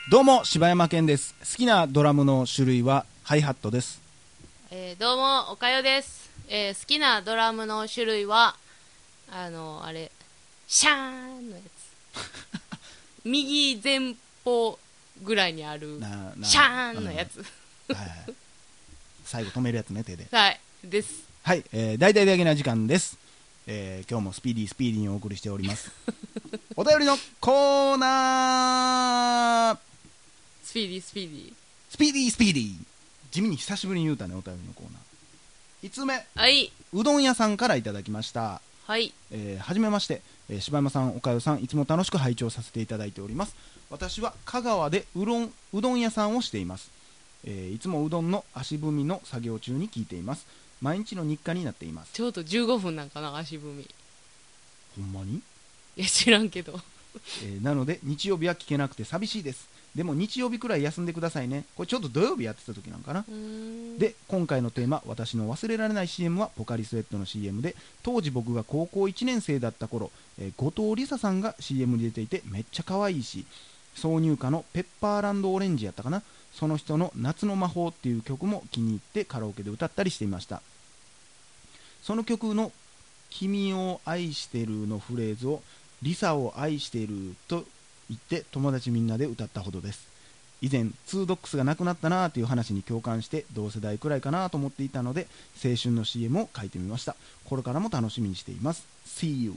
どうも柴山健です。好きなドラムの種類はハイハットです。 どうもおかよです。好きなドラムの種類はあれシャーンのやつ右前方ぐらいにあるシャーンのやつ、 はい、最後止めるやつね、手で。 はいです。 はい、大々的な時間です。今日もスピーディーにお送りしておりますお便りのコーナー。 スピーディースピーディー地味に久しぶりに言うたね、お便りのコーナー。5つ目、 はい、 うどん屋さんからいただきました。 はい、 はじめまして、柴山さん、おかよさん、いつも楽しく拝聴させていただいております。私は香川でうどん屋さんをしています。いつもうどんの足踏みの作業中に聞いています。毎日の日課になっています。 ちょうど15分なんかな、足踏み。 ほんまに？ いや知らんけどなので日曜日は聞けなくて寂しいです。でも日曜日くらい休んでくださいね。これちょっと土曜日やってた時なんかな。で、今回のテーマ、私の忘れられない CM はポカリスエットの CM で、当時僕が高校1年生だった頃、後藤梨沙さんが CM に出ていてめっちゃ可愛いし、挿入歌のペッパーランドオレンジやったかな、その人の夏の魔法っていう曲も気に入ってカラオケで歌ったりしていました。その曲の君を愛してるのフレーズをリサを愛してると言って友達みんなで歌ったほどです。以前ツードックスがなくなったなという話に共感して同世代くらいかなと思っていたので青春の CM を書いてみました。これからも楽しみにしています。 See you。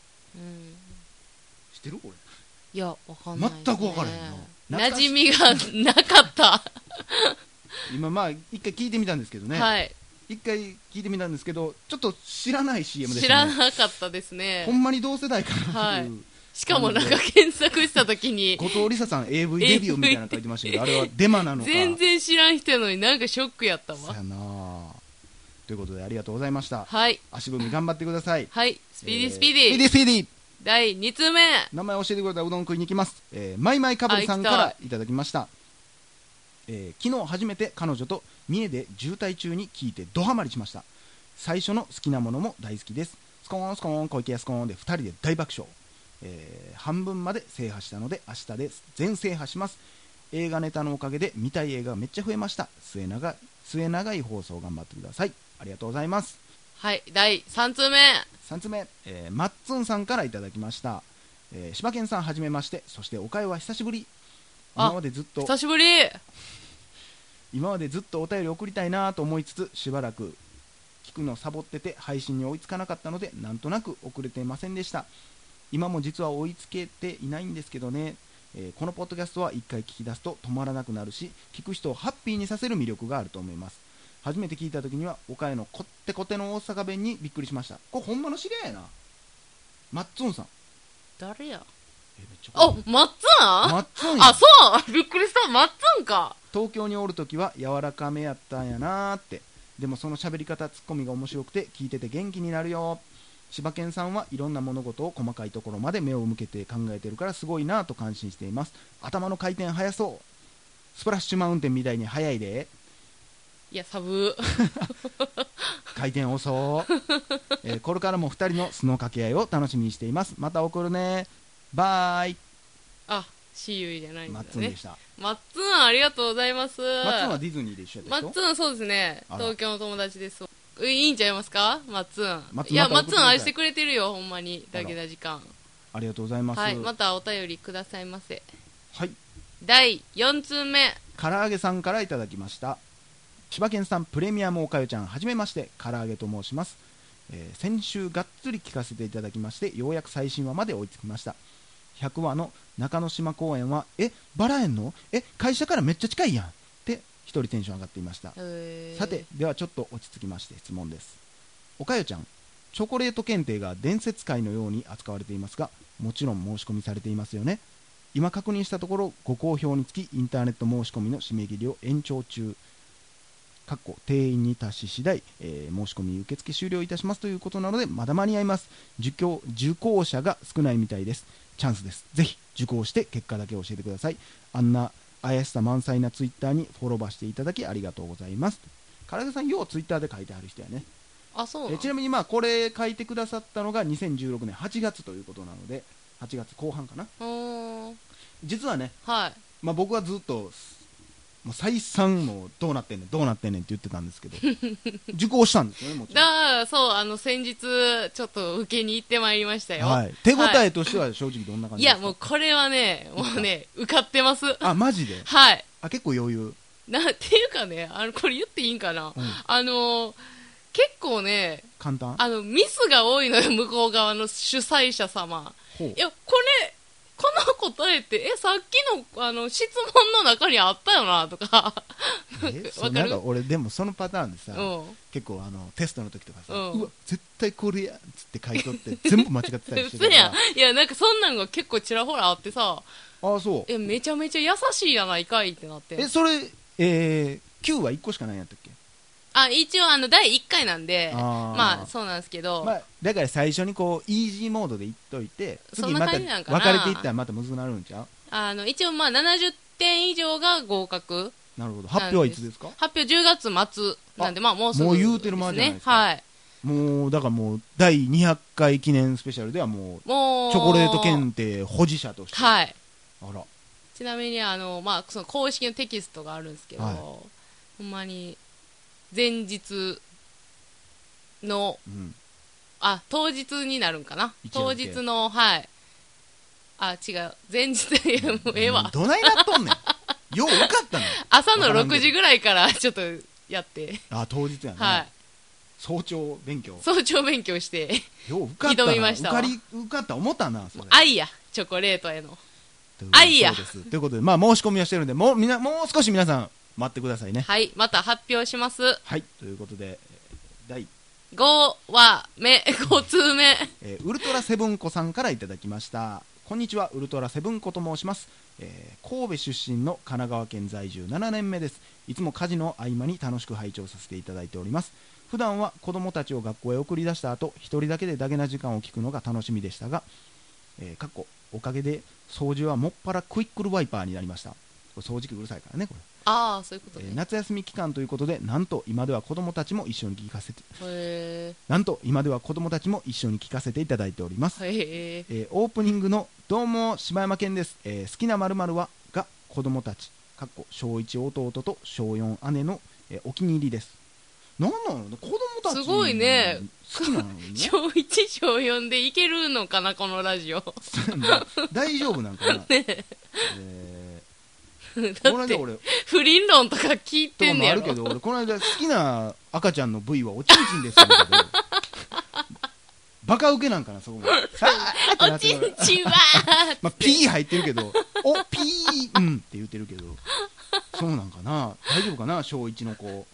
知ってるこれ？ いやわかんない、ね、 全く分からへんな。 馴染みがなかった今まあ一回聞いてみたんですけどね、 はい、 一回聞いてみたんですけどちょっと知らない CM でし知たね。 らなかったですね。 ほんまに同世代かなはいという、 しかもなんか検索したときに後藤梨沙さん AV デビューみたいなの書いてましたけどあれはデマなのか。 全然知らん人やのになんかショックやったわ。 さやなということでありがとうございました。 はい、 足踏み頑張ってください。 はい、スピーディー第2通目、 名前教えてくれたらうどん食いに行きます。マイマイかぶりさんからいただきました。昨日初めて彼女と三重で渋滞中に聞いてドハマりしました。最初の好きなものも大好きです。スコーンスコーン小池屋スコーンで2人で大爆笑。半分まで制覇したので明日で全制覇します。映画ネタのおかげで見たい映画がめっちゃ増えました。末長い放送頑張ってください。ありがとうございます。 はい、第3通目、 マッツンさんからいただきました。柴犬さんはじめまして。そしておかゆは久しぶり。今までずっと久しぶり。 お便り送りたいなと思いつつしばらく聞くのサボってて配信に追いつかなかったのでなんとなく遅れてませんでした。今も実は追いつけていないんですけどね。このポッドキャストは一回聞き出すと止まらなくなるし聞く人をハッピーにさせる魅力があると思います。初めて聞いた時には岡谷のこってこての大阪弁にびっくりしました。これほんまの知り合いやな。マッツンさん誰や。 マッツンや。 あ、そうびっくりした。マッツンか。 東京におるときは柔らかめやったんやなーって。でもその喋り方ツッコミが面白くて聞いてて元気になるよ。柴犬さんはいろんな物事を細かいところまで目を向けて考えてるからすごいなと感心しています。頭の回転速そう。スプラッシュマウンテンみたいに速いで。 いやサブ回転遅これからも2人の素の掛け合いを楽しみにしています。また送るね。バイ。 あ、シーユーじゃないんだね。 マッツンでした。 マッツンありがとうございます。 マッツンはディズニーで一緒やった人。 マッツンそうですね、東京の友達です。いいんちゃいますかマッツン。 いやマッツン愛してくれてるよほんまに。だけな時間ありがとうございます。 はい、またお便りくださいませ。 はい、 第4通目、 唐揚げさんからいただきました。柴犬さん、プレミアムおかよちゃん、はじめまして。唐揚げと申します。先週がっつり聞かせていただきましてようやく最新話まで追いつきました。100話の中之島公園はバラ園の会社からめっちゃ近いやんって一人テンション上がっていました。さてではちょっと落ち着きまして質問です。おかよちゃん、チョコレート検定が伝説界のように扱われていますがもちろん申し込みされていますよね。今確認したところご好評につきインターネット申し込みの締め切りを延長中。定員に達し次第、申し込み受付終了いたしますということなのでまだ間に合います。受講者が少ないみたいです。チャンスです。ぜひ受講して結果だけ教えてください。あんな怪しさ満載なツイッターにフォローバしていただきありがとうございます。唐揚げさんようツイッターで書いてある人やね。 あ、そうなの。 ちなみにこれ書いてくださったのが2016年8月ということなので8月後半かな。実はね、 はい、 まあ、僕はずっともう再三もどうなってんねんどうなってんねんって言ってたんですけど受講したんですよね、もちろん。 そう先日ちょっと受けに行ってまいりましたよ。 はい、手応えとしては正直どんな感じですか？ いやもうこれはねもうね受かってます。 あ、マジで？ はい。 結構余裕。 なんていうかね、これ言っていいんかな、結構ね、 簡単？ ミスが多いのよ、向こう側の主催者様。 ほう。 いや、この答えって、さっきの、質問の中にあったよな、とか。 そうなんか俺でもそのパターンでさ、 うん、 結構テストの時とかさ、 うんうわ絶対これやっつって書いとって全部間違ってたりして嘘やん。 たから。 いや、なんかそんなんが結構ちらほらあってさ、 そうめちゃめちゃ優しいやないかいってなって。 それQ は1個しかないんやったっけ？ 一応第1回なんで、 まあそうなんですけど、 だから最初にこうイージーモードでいっといて、 そんな次また感じなんかな。 分かれていったらまたむずくなるんちゃう？ 一応70点以上が合格。 なるほど。発表はいつですか？ 発表10月末なんで、もうすぐもう言うてる間じゃないですか。 はい。 もうだからもう第200回記念スペシャルではもうチョコレート検定保持者として。 はい。 あら。 ちなみにその公式のテキストがあるんですけど、 はい、 ほんまに前日の、当日になるんかな、当日の、はい、違う、前日いやもうええわ、 どないなっとんねんよう受かったの朝の6時ぐらいからちょっとやって当日やね、 はい、 早朝勉強してよう受かったな、 挑みましたわ。 受かった思ったな、それ愛やチョコレートへの愛や。 そうです。ということで、申し込みをしてるんで、もう少し皆さん待ってくださいね。 はい、また発表します。 はい、ということで第 5通目、 ウルトラセブンコさんからいただきました。こんにちは、ウルトラセブンコと申します。神戸出身の神奈川県在住7年目です。いつも家事の合間に楽しく拝聴させていただいております。普段は子供たちを学校へ送り出した後、一人だけでダゲな時間を聞くのが楽しみでしたが、おかげで掃除はもっぱらクイックルワイパーになりました。これ掃除機うるさいからね、これ。 そういうことね。 夏休み期間ということで、なんと今では子供たちも一緒に聞かせていただいております。オープニングのどうも柴山健です、好きな〇〇はが子供たち小1弟と小4姉の、お気に入りです。なんなの子供たちすごいね、 好きなのね小1小4でいけるのかなこのラジオ大丈夫なんかなねだって不倫論とか聞いてんねやろ。 とかもあるけど、俺この間好きな赤ちゃんの部位はおちんちんですよけどバカウケなんかな、そこもおちんちんはまあ、ピー入ってるけどおピーって言ってるけど、そうなんかな、大丈夫かな、小1の子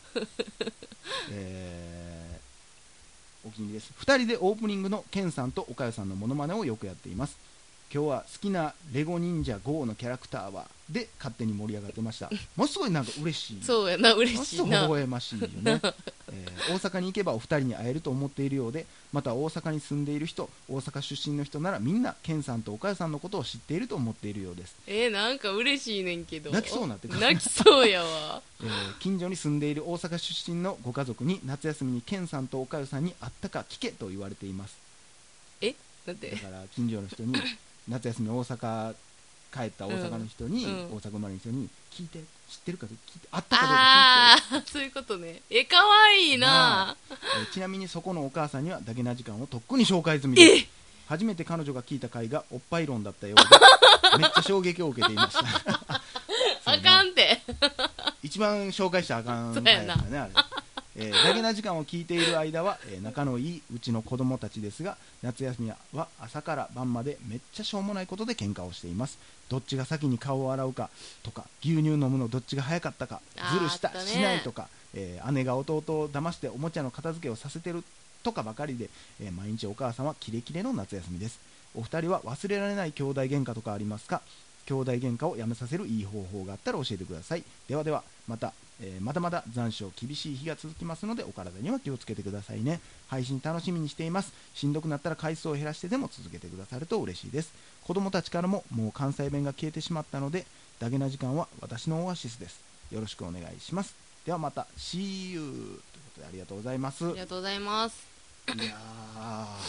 お気に入りです。2人でオープニングのケンさんと岡谷さんのモノマネをよくやっています。今日は好きなレゴ忍者 GO のキャラクターはで勝手に盛り上がってました。ものすごいなんか嬉しい。 そうやな、嬉しいな。 ものすごい微笑ましいよね大阪に行けばお二人に会えると思っているようで、また大阪に住んでいる人、大阪出身の人ならみんなケンさんと岡谷さんのことを知っていると思っているようです。 なんか嬉しいねんけど泣きそうになってくる。 泣きそうやわ近所に住んでいる大阪出身のご家族に夏休みにケンさんと岡谷さんに会ったか聞けと言われています。 だってだから近所の人に夏休み大阪帰った大阪の人に、大阪生まれの人に聞いて、知ってるか聞いて、会ったかどうか聞いて。 そういうことね。かわいいな。 ちなみにそこのお母さんにはダゲな時間をとっくに紹介済みです。初めて彼女が聞いた回がおっぱい論だったようでめっちゃ衝撃を受けていましたあかんて一番紹介したらあかん回やったね、あれダゲな時間を聞いている間は、仲のいいうちの子供たちですが、夏休みは朝から晩までめっちゃしょうもないことで喧嘩をしています。どっちが先に顔を洗うかとか、牛乳飲むのどっちが早かったか、ずるした、しないとか、姉が弟を騙しておもちゃの片付けをさせてるとかばかりで、毎日お母さんはキレキレの夏休みです。お二人は忘れられない兄弟喧嘩とかありますか？兄弟喧嘩をやめさせるいい方法があったら教えてください。ではではまた、まだまだ残暑厳しい日が続きますのでお体には気をつけてくださいね。配信楽しみにしています。しんどくなったら回数を減らしてでも続けてくださると嬉しいです。子供たちからももう関西弁が消えてしまったのでダゲな時間は私のオアシスです。よろしくお願いします。ではまた See you ということでありがとうございます。 ありがとうございます。 いや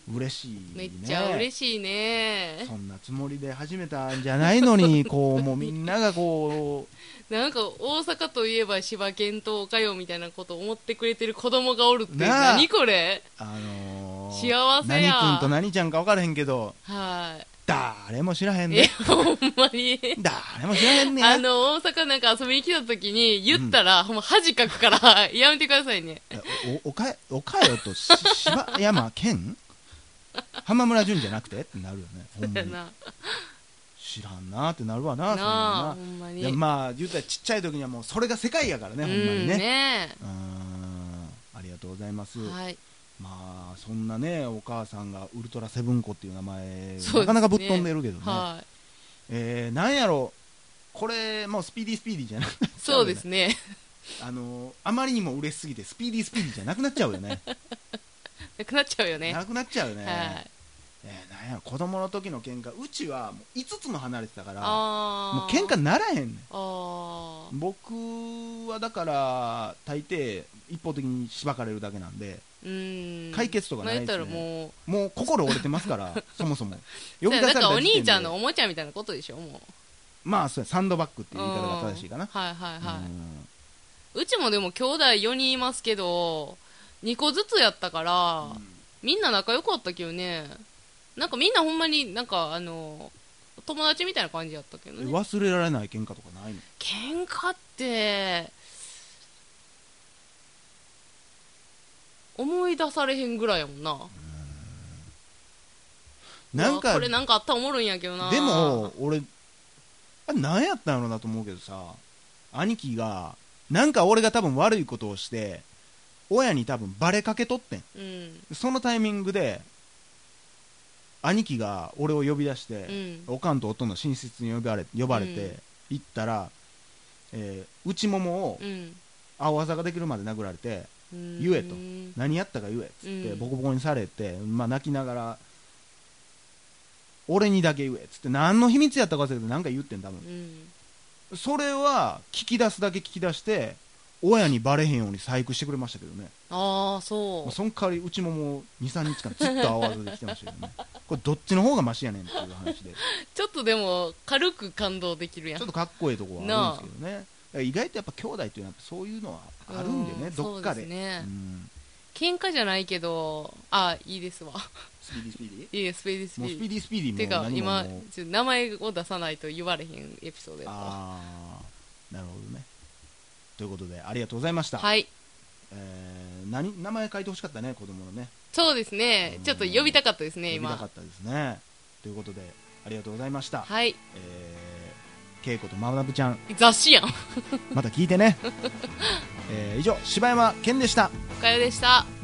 嬉しいね。 めっちゃ嬉しいね。 そんなつもりで始めたんじゃないのにこうもうみんながこなんか大阪といえば柴犬とおかよみたいなことを思ってくれてる子供がおるってなあ何これ、 う幸せや。 何君と何ちゃんか分からへんけどはい。 誰も知らへんね。 ほんまに。 誰も知らへんね。 大阪なんか遊びに来た時に言ったら、ほんま恥かくからやめてくださいね。 おかよと柴山健浜村淳じゃなくてってなるよね。ほんまにな知らんなってなるわな。 あ、 そんなほんまに。 いやまあ言うたらちっちゃい時にはもうそれが世界やからね、ほんまにね。 ねありがとうございます。 はい。 まあそんなねお母さんがウルトラセブン子っていう名前、 そうですねなかなかぶっ飛んでるけどね。 はなんやろこれもうスピーディーじゃなくなっちゃうよね。 そうですね。 あまりにも嬉しすぎてスピーディーじゃなくなっちゃうよね。 なくなっちゃうよね。 なくなっちゃうよね。 はい。 なんや子供の時の喧嘩、うちはもう5つも離れてたからあもう喧嘩ならへんねん。 あ僕はだから大抵一方的にしばかれるだけなんで解決とかないですね。 まあ、言ったらもう心折れてますからそもそも呼び出された時点でお兄ちゃんののおもちゃみたいなことでしょ。もまあそうやサンドバッグっていう言い方が正しいかな。 はいはいはい。うちもでも兄弟4人いますけど2個ずつやったから、みんな仲良かったけどね。なんかみんなほんまになんか友達みたいな感じやったけどね。 忘れられない喧嘩とかないの？ 喧嘩って思い出されへんぐらいやもんな。 なんかこれなんかあったらおもろいんやけどな。 でも俺あれ何やったんやろうなと思うけどさ、兄貴がなんか俺が多分悪いことをして親に多分バレかけとってん、そのタイミングで兄貴が俺を呼び出して、おかんと夫の寝室に呼ばれて、行ったら、内ももを青あざができるまで殴られて、言えと、何やったか言えっつってボコボコにされて、まあ、泣きながら俺にだけ言えっつって何の秘密やったか忘れて何か言ってん多分、それは聞き出すだけ聞き出して親にバレへんように細工してくれましたけどね。 ああそう。 その代わりうちももう 2,3 日間ずっと青あざできてましたけどね。これどっちの方がマシやねんっていう話でちょっとでも軽く感動できるやん。 ちょっとかっこいいとこはあるんですけどね。意外とやっぱ兄弟っていうのはそういうのはあるんでね、どっかで。 そうですね。喧嘩じゃないけど、いいですわ。 スピーディースピーディー。 いいスピーディースピーディー。 もうスピーディースピーディーもてか何も今名前を出さないと言われへんエピソードやったわ。 なるほどね。ということでありがとうございました。 はい。 名前書いてほしかったね、子供のね。 そうですね。ちょっと呼びたかったですね、今。 呼びたかったですね。ということでありがとうございました。 はい。 けいことまなぶちゃん雑誌やんまた聞いてね以上柴山健でした。 おかよでした。